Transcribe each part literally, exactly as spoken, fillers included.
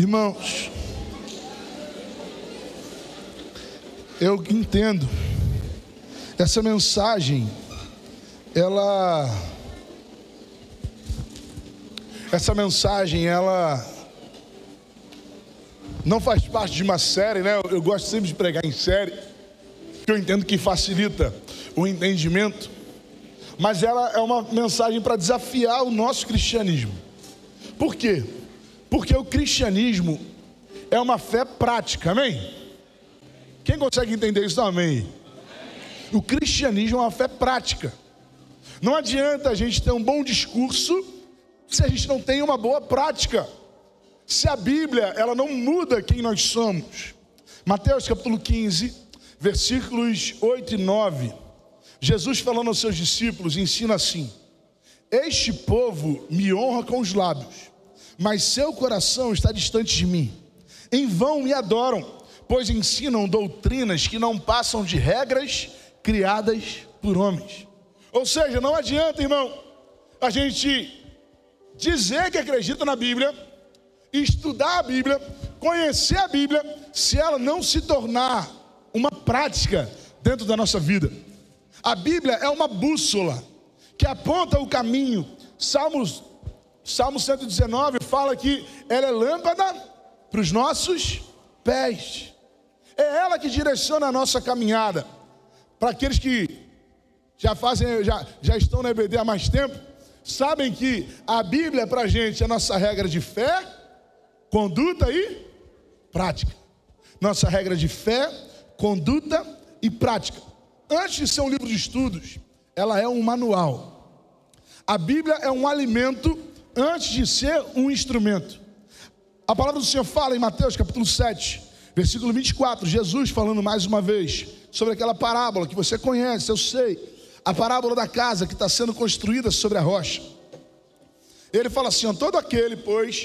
Irmãos, eu entendo, essa mensagem, ela, essa mensagem, ela não faz parte de uma série, né? Eu, eu gosto sempre de pregar em série, que eu entendo que facilita o entendimento, mas ela é uma mensagem para desafiar o nosso cristianismo. Por quê? Porque o cristianismo é uma fé prática, amém? Quem consegue entender isso? Não, amém? O cristianismo é uma fé prática. Não adianta a gente ter um bom discurso se a gente não tem uma boa prática. Se a Bíblia, ela não muda quem nós somos. Mateus capítulo quinze, versículos oito e nove. Jesus falando aos seus discípulos, ensina assim: este povo me honra com os lábios, mas seu coração está distante de mim. Em vão me adoram, pois ensinam doutrinas que não passam de regras criadas por homens. Ou seja, não adianta, irmão, a gente dizer que acredita na Bíblia, estudar a Bíblia, conhecer a Bíblia, se ela não se tornar uma prática dentro da nossa vida. A Bíblia é uma bússola que aponta o caminho. Salmos, Salmo cento e dezenove fala que ela é lâmpada para os nossos pés. É ela que direciona a nossa caminhada. Para aqueles que já fazem, já, já estão na E B D há mais tempo, sabem que a Bíblia para a gente é a nossa regra de fé, conduta e prática. Nossa regra de fé, conduta e prática. Antes de ser um livro de estudos, ela é um manual. A Bíblia é um alimento antes de ser um instrumento. A palavra do Senhor fala em Mateus capítulo sete, versículo vinte e quatro, Jesus falando mais uma vez sobre aquela parábola que você conhece, eu sei, a parábola da casa que está sendo construída sobre a rocha. Ele fala assim, ó, todo aquele, pois,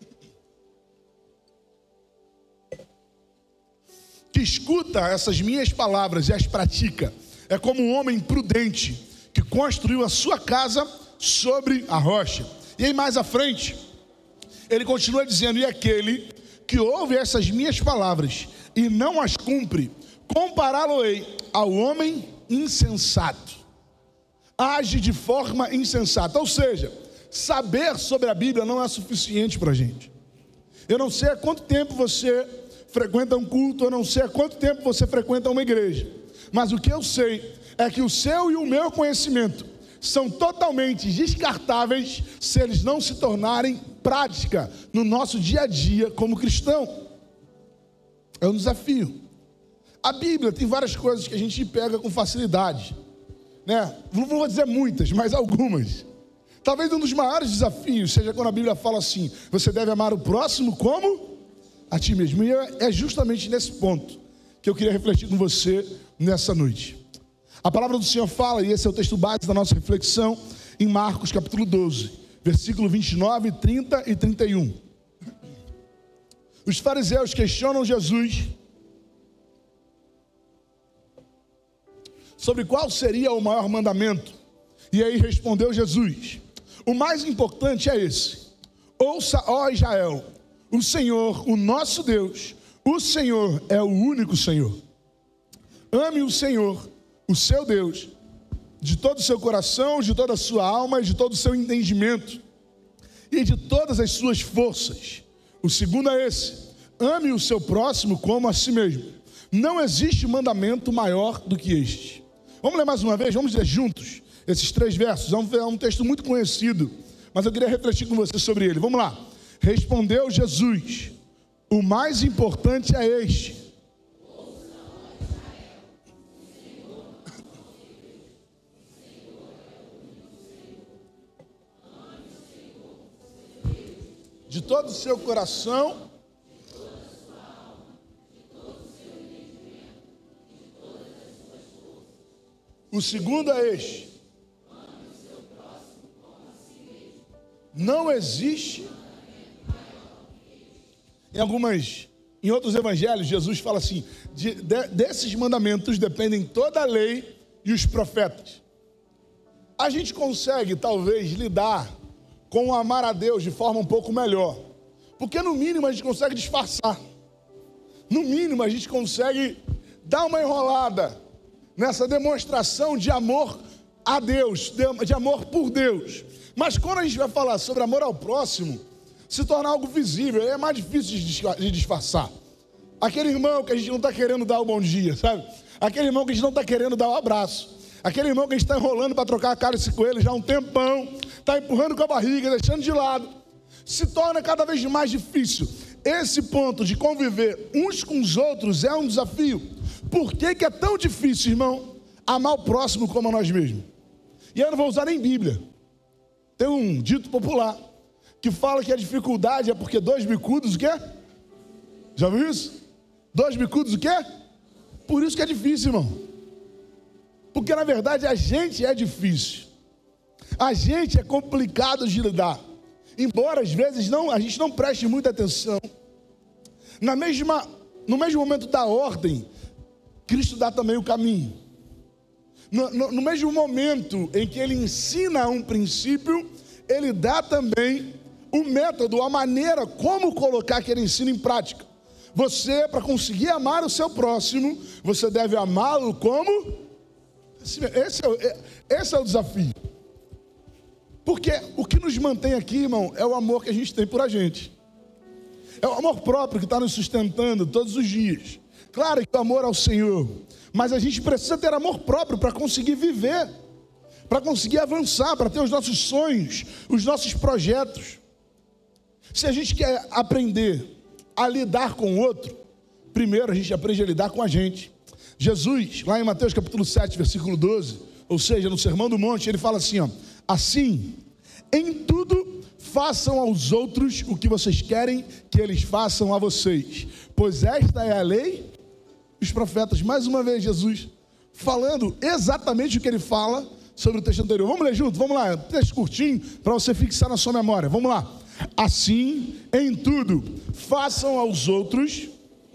que escuta essas minhas palavras e as pratica, é como um homem prudente que construiu a sua casa sobre a rocha. E aí mais à frente, ele continua dizendo, e aquele que ouve essas minhas palavras e não as cumpre, compará-lo-ei ao homem insensato. Age de forma insensata. Ou seja, saber sobre a Bíblia não é suficiente para a gente. Eu não sei há quanto tempo você frequenta um culto, eu não sei há quanto tempo você frequenta uma igreja, mas o que eu sei é que o seu e o meu conhecimento são totalmente descartáveis se eles não se tornarem prática no nosso dia a dia como cristão. É um desafio. A Bíblia tem várias coisas que a gente pega com facilidade, né? Não vou dizer muitas, mas algumas. Talvez um dos maiores desafios seja quando a Bíblia fala assim, você deve amar o próximo como a ti mesmo. E é justamente nesse ponto que eu queria refletir com você nessa noite. A palavra do Senhor fala, e esse é o texto base da nossa reflexão, em Marcos capítulo doze, versículo vinte e nove, trinta e trinta e um. Os fariseus questionam Jesus sobre qual seria o maior mandamento. E aí respondeu Jesus, o mais importante é esse: ouça, ó Israel, o Senhor, o nosso Deus, o Senhor é o único Senhor. Ame o Senhor, o seu Deus, de todo o seu coração, de toda a sua alma, de todo o seu entendimento e de todas as suas forças. O segundo é esse: ame o seu próximo como a si mesmo. Não existe mandamento maior do que este. Vamos ler mais uma vez, vamos ler juntos esses três versos. É um texto muito conhecido, mas eu queria refletir com você sobre ele. Vamos lá. Respondeu Jesus, o mais importante é este: de todo o seu coração, o segundo é este: não existe. Em algumas, em outros evangelhos, Jesus fala assim, de, de, desses mandamentos dependem toda a lei e os profetas. A gente consegue talvez lidar com amar a Deus de forma um pouco melhor Porque no mínimo a gente consegue disfarçar. No mínimo a gente consegue dar uma enrolada nessa demonstração de amor a Deus, de amor por Deus. Mas quando a gente vai falar sobre amor ao próximo, se torna algo visível, é mais difícil de disfarçar. Aquele irmão que a gente não está querendo dar o bom dia, sabe? Aquele irmão que a gente não está querendo dar o abraço. Aquele irmão que a gente está enrolando para trocar a cálice com ele já há um tempão, está empurrando com a barriga, deixando de lado. Se torna cada vez mais difícil. Esse ponto de conviver uns com os outros é um desafio. Por que que é tão difícil, irmão, amar o próximo como a nós mesmos? E eu não vou usar nem Bíblia. Tem um dito popular que fala que a dificuldade é porque dois bicudos o quê? Já viu isso? Dois bicudos o quê? Por isso que é difícil, irmão. Porque na verdade a gente é difícil. A gente é complicado de lidar. Embora às vezes não, a gente não preste muita atenção. Na mesma, no mesmo momento da ordem, Cristo dá também o caminho. No, no, no mesmo momento em que Ele ensina um princípio, Ele dá também o método, a maneira como colocar aquele ensino em prática. Você, para conseguir amar o seu próximo, você deve amá-lo como? Esse é, esse é o desafio. Porque o que nos mantém aqui, irmão, é o amor que a gente tem por a gente. É o amor próprio que está nos sustentando todos os dias. Claro que o amor ao Senhor, mas a gente precisa ter amor próprio para conseguir viver, para conseguir avançar, para ter os nossos sonhos, os nossos projetos. Se a gente quer aprender a lidar com o outro, primeiro a gente aprende a lidar com a gente. Jesus, lá em Mateus capítulo sete, versículo doze, ou seja, no Sermão do Monte, ele fala assim, ó: assim, em tudo façam aos outros o que vocês querem que eles façam a vocês, pois esta é a lei e os profetas. Mais uma vez Jesus falando exatamente o que ele fala sobre o texto anterior. Vamos ler junto? Vamos lá, texto curtinho para você fixar na sua memória. Vamos lá. Assim, em tudo façam aos outros.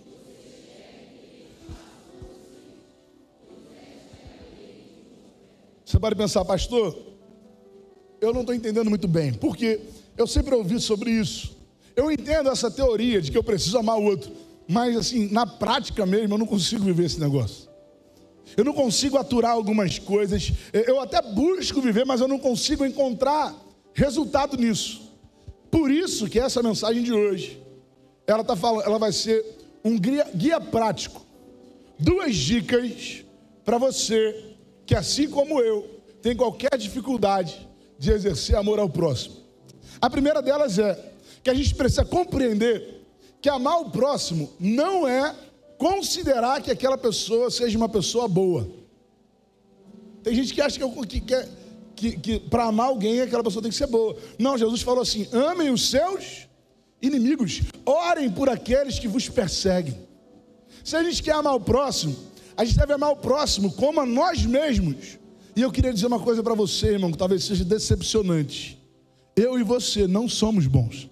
Você pode pensar, pastor, eu não estou entendendo muito bem, porque eu sempre ouvi sobre isso. Eu entendo essa teoria de que eu preciso amar o outro, mas assim, na prática mesmo, eu não consigo viver esse negócio. Eu não consigo aturar algumas coisas, eu até busco viver, mas eu não consigo encontrar resultado nisso. Por isso que essa mensagem de hoje, ela, tá falando, ela vai ser um guia, guia prático. Duas dicas para você que, assim como eu, tem qualquer dificuldade de exercer amor ao próximo. A primeira delas é que a gente precisa compreender que amar o próximo não é considerar que aquela pessoa seja uma pessoa boa. Tem gente que acha que, que, que, que, que para amar alguém aquela pessoa tem que ser boa. Não, Jesus falou assim: amem os seus inimigos, orem por aqueles que vos perseguem. Se a gente quer amar o próximo, a gente deve amar o próximo como a nós mesmos. E eu queria dizer uma coisa para você, irmão, que talvez seja decepcionante. Eu e você não somos bons.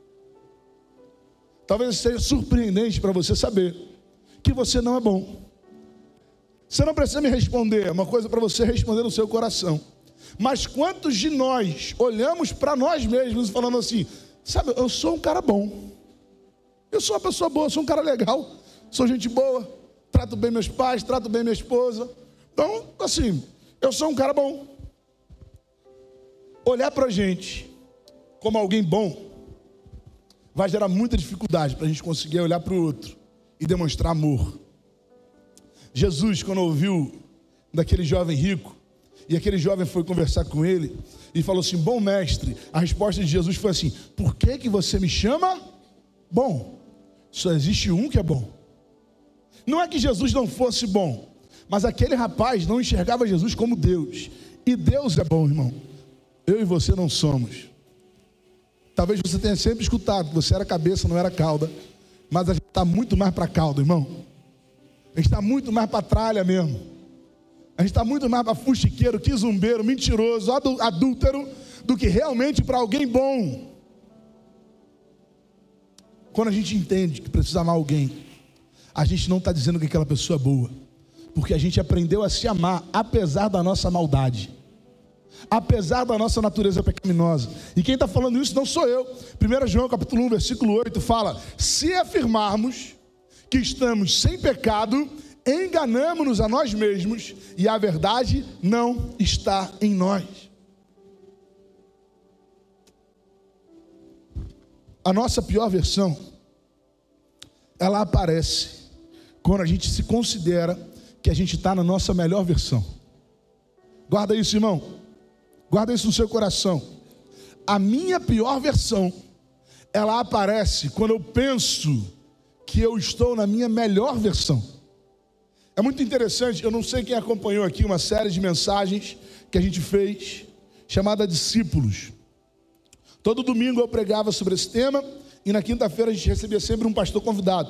Talvez seja surpreendente para você saber que você não é bom. Você não precisa me responder, é uma coisa para você responder no seu coração. Mas quantos de nós olhamos para nós mesmos falando assim: sabe, eu sou um cara bom, eu sou uma pessoa boa, sou um cara legal, sou gente boa, trato bem meus pais, trato bem minha esposa. Então, assim, eu sou um cara bom. Olhar para a gente como alguém bom vai gerar muita dificuldade para a gente conseguir olhar para o outro e demonstrar amor. Jesus, quando ouviu daquele jovem rico, e aquele jovem foi conversar com ele e falou assim: bom mestre, a resposta de Jesus foi assim: por que que você me chama bom? Só existe um que é bom. Não é que Jesus não fosse bom, mas aquele rapaz não enxergava Jesus como Deus. E Deus é bom, irmão. Eu e você não somos. Talvez você tenha sempre escutado que você era cabeça, não era cauda. Mas a gente está muito mais para cauda, irmão. A gente está muito mais para tralha mesmo. A gente está muito mais para fuxiqueiro, quizumbeiro, mentiroso, adúltero, do que realmente para alguém bom. Quando a gente entende que precisa amar alguém, a gente não está dizendo que aquela pessoa é boa, porque a gente aprendeu a se amar apesar da nossa maldade. apesar da nossa natureza pecaminosa. E quem está falando isso não sou eu. primeiro João capítulo um, versículo oito fala: se afirmarmos que estamos sem pecado, enganamo-nos a nós mesmos e a verdade não está em nós. A nossa pior versão, ela aparece quando a gente se considera que a gente está na nossa melhor versão. Guarda isso, irmão. Guarda isso no seu coração. A minha pior versão, ela aparece quando eu penso que eu estou na minha melhor versão. É muito interessante, eu não sei quem acompanhou aqui uma série de mensagens que a gente fez, chamada Discípulos. Todo domingo eu pregava sobre esse tema, e na quinta-feira a gente recebia sempre um pastor convidado.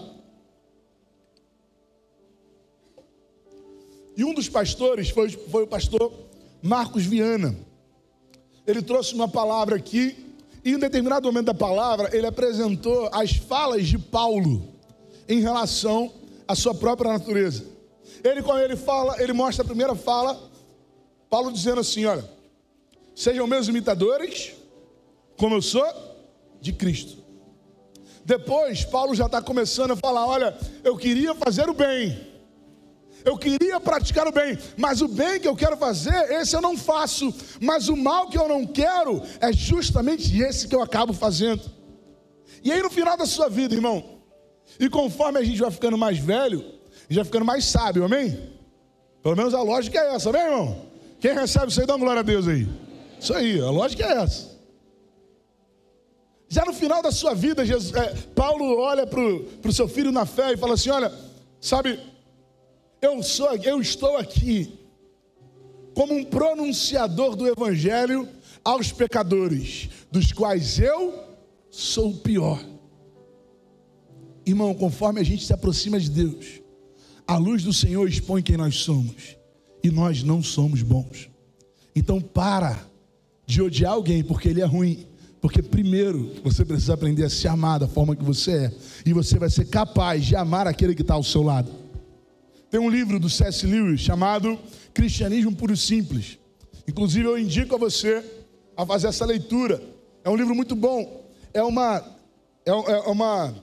E um dos pastores foi, foi o pastor Marcos Viana. Ele trouxe uma palavra aqui, e em um determinado momento da palavra, ele apresentou as falas de Paulo em relação à sua própria natureza. Ele, quando ele fala, ele mostra a primeira fala, Paulo dizendo assim: olha, sejam meus imitadores, como eu sou de Cristo. Depois, Paulo já está começando a falar: olha, eu queria fazer o bem, eu queria praticar o bem, mas o bem que eu quero fazer, esse eu não faço, mas o mal que eu não quero, é justamente esse que eu acabo fazendo. E aí no final da sua vida, irmão, e conforme a gente vai ficando mais velho, a gente vai ficando mais sábio, amém? Pelo menos a lógica é essa, amém, irmão? Quem recebe isso aí, dá uma glória a Deus aí. Isso aí, a lógica é essa. Já no final da sua vida, Jesus, é, Paulo olha para o seu filho na fé e fala assim: olha, sabe, eu, sou, eu estou aqui como um pronunciador do evangelho aos pecadores, dos quais eu sou o pior. Irmão, conforme a gente se aproxima de Deus, a luz do Senhor expõe quem nós somos, e nós não somos bons. Então para de odiar alguém porque ele é ruim, porque primeiro você precisa aprender a se amar da forma que você é, e você vai ser capaz de amar aquele que está ao seu lado. Tem um livro do C S Lewis chamado Cristianismo Puro e Simples. Inclusive eu indico a você a fazer essa leitura. É um livro muito bom. É uma é, é uma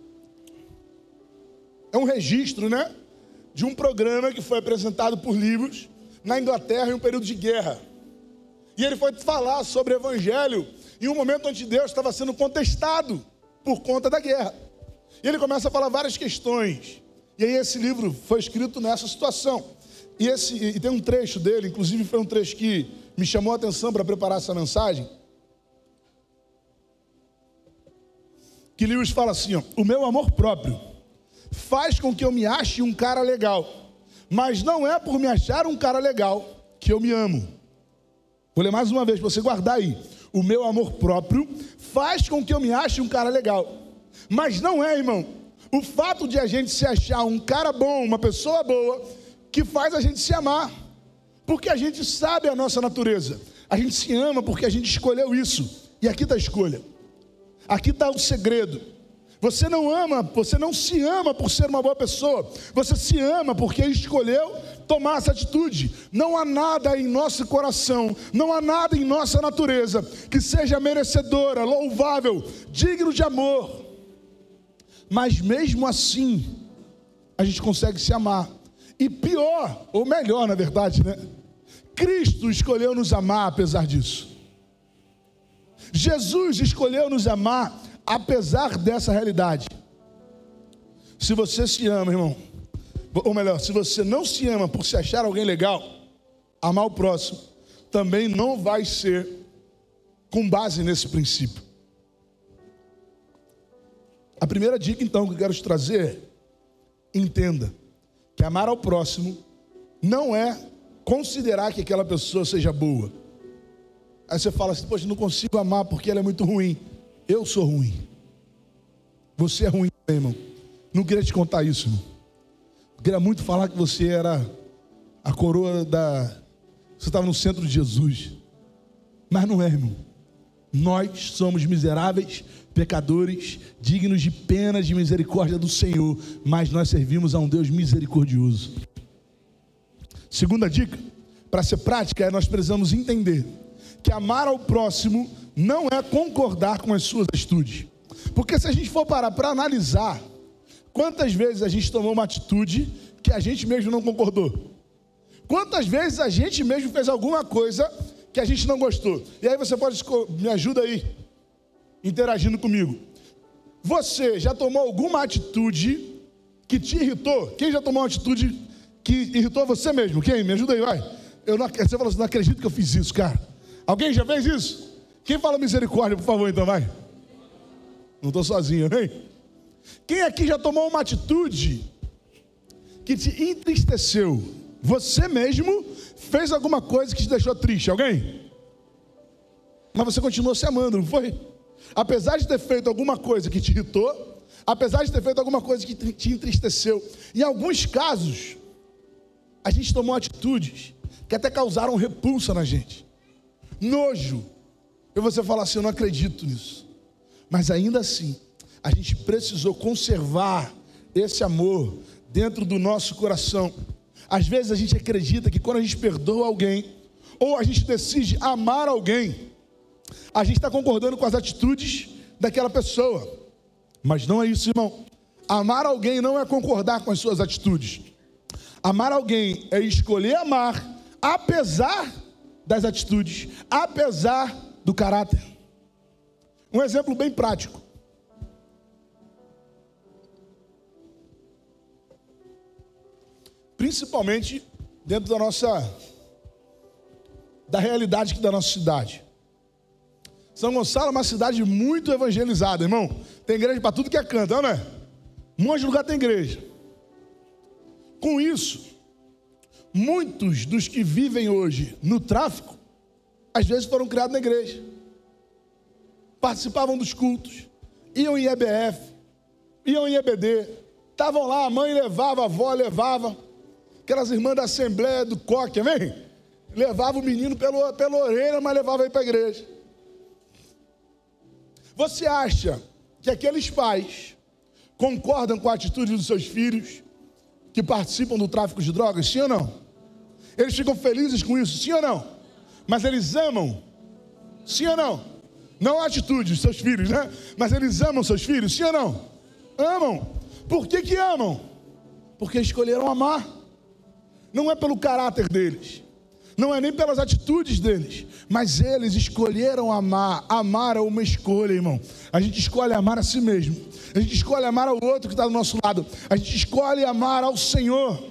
é um registro, né, de um programa que foi apresentado por livros na Inglaterra em um período de guerra. E ele foi falar sobre o evangelho em um momento onde Deus estava sendo contestado por conta da guerra. E ele começa a falar várias questões. E aí esse livro foi escrito nessa situação. E, esse, e tem um trecho dele, inclusive foi um trecho que me chamou a atenção para preparar essa mensagem. Que Lewis fala assim, ó: o meu amor próprio faz com que eu me ache um cara legal, mas não é por me achar um cara legal que eu me amo. Vou ler mais uma vez para você guardar aí. O meu amor próprio faz com que eu me ache um cara legal, mas não é, irmão, o fato de a gente se achar um cara bom, uma pessoa boa, que faz a gente se amar, porque a gente sabe a nossa natureza. A gente se ama porque a gente escolheu isso. E aqui está a escolha, aqui está o segredo. Você não ama, você não se ama por ser uma boa pessoa, você se ama porque escolheu tomar essa atitude. Não há nada em nosso coração, não há nada em nossa natureza que seja merecedora, louvável, digno de amor. Mas mesmo assim, a gente consegue se amar. E pior, ou melhor na verdade, né? Cristo escolheu nos amar apesar disso. Jesus escolheu nos amar apesar dessa realidade. Se você se ama, irmão, ou melhor, se você não se ama por se achar alguém legal, amar o próximo também não vai ser com base nesse princípio. A primeira dica então que eu quero te trazer é: entenda que amar ao próximo não é considerar que aquela pessoa seja boa. Aí você fala assim: poxa, não consigo amar porque ela é muito ruim. Eu sou ruim. Você é ruim, irmão. Não queria te contar isso, irmão. Eu queria muito falar que você era a coroa da... Você estava no centro de Jesus. Mas não é, irmão. Nós somos miseráveis, pecadores, dignos de pena, de misericórdia do Senhor. Mas nós servimos a um Deus misericordioso. Segunda dica: para ser prática, é nós precisamos entender que amar ao próximo não é concordar com as suas atitudes. Porque se a gente for parar para analisar, quantas vezes a gente tomou uma atitude que a gente mesmo não concordou? Quantas vezes a gente mesmo fez alguma coisa que a gente não gostou? E aí você pode, me ajuda aí, interagindo comigo. Você já tomou alguma atitude que te irritou? Quem já tomou uma atitude que irritou você mesmo? Quem? Me ajuda aí, vai. Eu não, você falou assim, não acredito que eu fiz isso, cara. Alguém já fez isso? Quem fala misericórdia, por favor, então, vai. Não estou sozinho, né? Quem aqui já tomou uma atitude que te entristeceu? Você mesmo fez alguma coisa que te deixou triste? Alguém? Mas você continuou se amando, não foi? Apesar de ter feito alguma coisa que te irritou, apesar de ter feito alguma coisa que te entristeceu, em alguns casos, a gente tomou atitudes que até causaram repulsa na gente, nojo. E você fala assim, eu não acredito nisso. Mas ainda assim, a gente precisou conservar esse amor dentro do nosso coração. Às vezes a gente acredita que quando a gente perdoa alguém, ou a gente decide amar alguém, a gente está concordando com as atitudes daquela pessoa. Mas não é isso, irmão. Amar alguém não é concordar com as suas atitudes. Amar alguém é escolher amar, apesar das atitudes, apesar do caráter. Um exemplo bem prático. Principalmente dentro da nossa, da realidade aqui da nossa cidade. São Gonçalo é uma cidade muito evangelizada, irmão. Tem igreja para tudo que é canto, não é? Um monte de lugar tem igreja. Com isso, muitos dos que vivem hoje no tráfico, às vezes foram criados na igreja. Participavam dos cultos, iam em E B F, iam em E B D, estavam lá, a mãe levava, a avó levava, aquelas irmãs da Assembleia do Coque, amém? Levava o menino pelo, pela orelha, mas levava ele para a igreja. Você acha que aqueles pais concordam com a atitude dos seus filhos que participam do tráfico de drogas? Sim ou não? Eles ficam felizes com isso? Sim ou não? Mas eles amam? Sim ou não? Não a atitude dos seus filhos, né? Mas eles amam seus filhos? Sim ou não? Amam. Por que que amam? Porque escolheram amar. Não é pelo caráter deles, não é nem pelas atitudes deles, mas eles escolheram amar. Amar é uma escolha, irmão. A gente escolhe amar a si mesmo, a gente escolhe amar ao outro que está do nosso lado, a gente escolhe amar ao Senhor.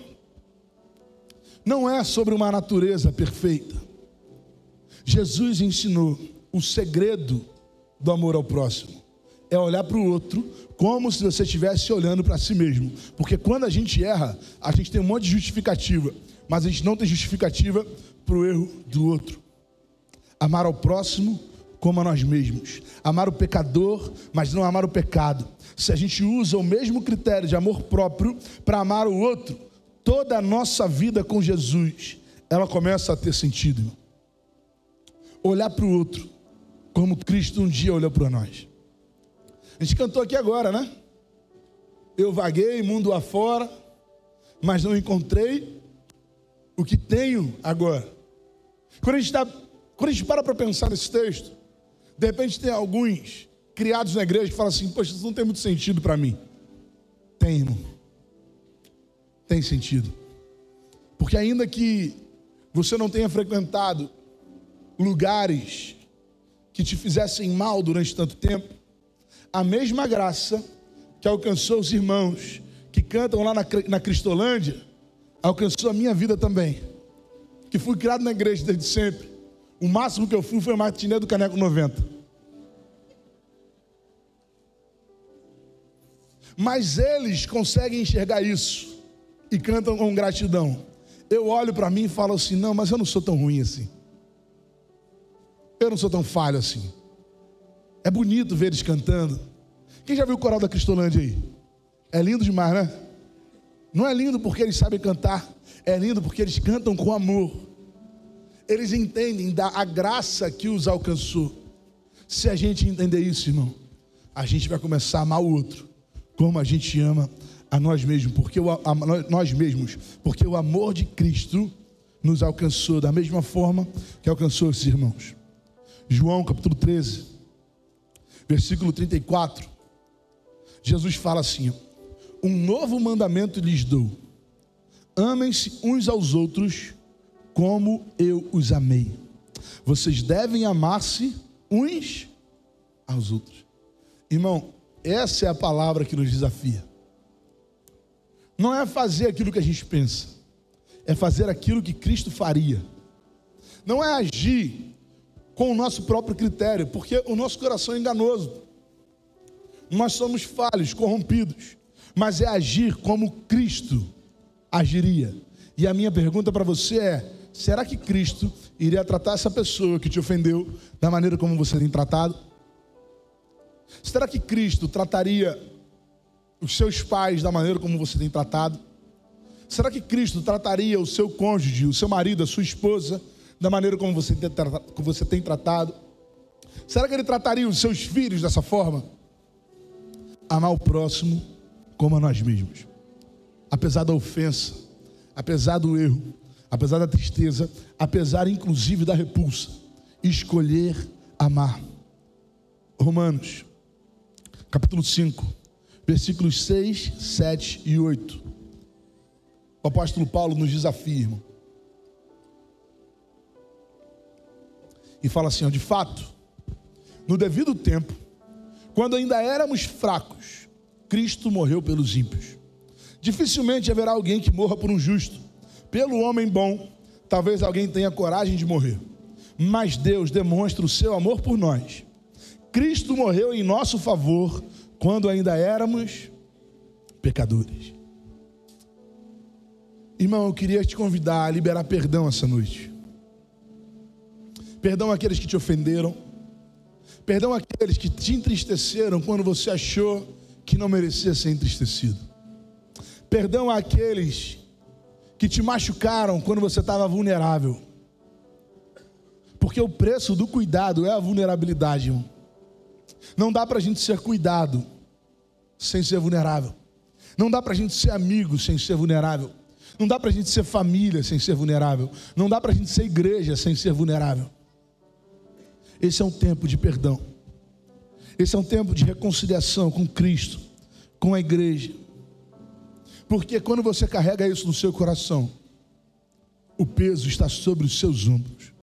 Não é sobre uma natureza perfeita. Jesus ensinou o segredo do amor ao próximo é olhar para o outro como se você estivesse olhando para si mesmo. Porque quando a gente erra, a gente tem um monte de justificativa, mas a gente não tem justificativa para o erro do outro. Amar ao próximo como a nós mesmos. Amar o pecador, mas não amar o pecado. Se a gente usa o mesmo critério de amor próprio para amar o outro, toda a nossa vida com Jesus, ela começa a ter sentido, irmão. Olhar para o outro como Cristo um dia olhou para nós. A gente cantou aqui agora, né? Eu vaguei mundo afora, mas não encontrei o que tenho agora. Quando a gente, tá, quando a gente para para pensar nesse texto, de repente tem alguns criados na igreja que falam assim, poxa, isso não tem muito sentido para mim. Tem, irmão. Tem sentido. Porque ainda que você não tenha frequentado lugares que te fizessem mal durante tanto tempo, a mesma graça que alcançou os irmãos que cantam lá na, na Cristolândia, alcançou a minha vida também, que fui criado na igreja desde sempre. O máximo que eu fui foi a matinê do Caneco noventa. Mas eles conseguem enxergar isso e cantam com gratidão. Eu olho para mim e falo assim, não, mas eu não sou tão ruim assim. Eu não sou tão falho assim. É bonito ver eles cantando. Quem já viu o coral da Cristolândia aí? É lindo demais, né? Não é lindo porque eles sabem cantar, é lindo porque eles cantam com amor. Eles entendem da a graça que os alcançou. Se a gente entender isso, irmão, a gente vai começar a amar o outro como a gente ama a nós mesmos, porque o, a, nós mesmos, porque o amor de Cristo nos alcançou da mesma forma que alcançou esses irmãos. João capítulo treze, versículo trinta e quatro, Jesus fala assim: um novo mandamento lhes dou, amem-se uns aos outros como eu os amei. Vocês devem amar-se uns aos outros. Irmão, essa é a palavra que nos desafia. Não é fazer aquilo que a gente pensa, é fazer aquilo que Cristo faria. Não é agir com o nosso próprio critério, porque o nosso coração é enganoso. Nós somos falhos, corrompidos, mas é agir como Cristo agiria. E a minha pergunta para você é: será que Cristo iria tratar essa pessoa que te ofendeu da maneira como você tem tratado? Será que Cristo trataria os seus pais da maneira como você tem tratado? Será que Cristo trataria o seu cônjuge, o seu marido, a sua esposa, da maneira como você tem, como você tem tratado? Será que Ele trataria os seus filhos dessa forma? Amar o próximo como a nós mesmos. Apesar da ofensa, apesar do erro, apesar da tristeza, apesar inclusive da repulsa, escolher amar. Romanos, capítulo cinco, versículos seis, sete e oito. O apóstolo Paulo nos desafia, irmão. E fala assim, ó: de fato, no devido tempo, quando ainda éramos fracos, Cristo morreu pelos ímpios. Dificilmente haverá alguém que morra por um justo. Pelo homem bom, talvez alguém tenha coragem de morrer. Mas Deus demonstra o seu amor por nós. Cristo morreu em nosso favor quando ainda éramos pecadores. Irmão, eu queria te convidar a liberar perdão essa noite. Perdão àqueles que te ofenderam. Perdão àqueles que te entristeceram quando você achou que não merecia ser entristecido. Perdão àqueles que te machucaram quando você estava vulnerável. Porque o preço do cuidado é a vulnerabilidade, irmão. Não dá para a gente ser cuidado sem ser vulnerável. Não dá para a gente ser amigo sem ser vulnerável. Não dá para a gente ser família sem ser vulnerável. Não dá para a gente ser igreja sem ser vulnerável. Esse é um tempo de perdão. Esse é um tempo de reconciliação com Cristo, com a igreja. Porque quando você carrega isso no seu coração, o peso está sobre os seus ombros.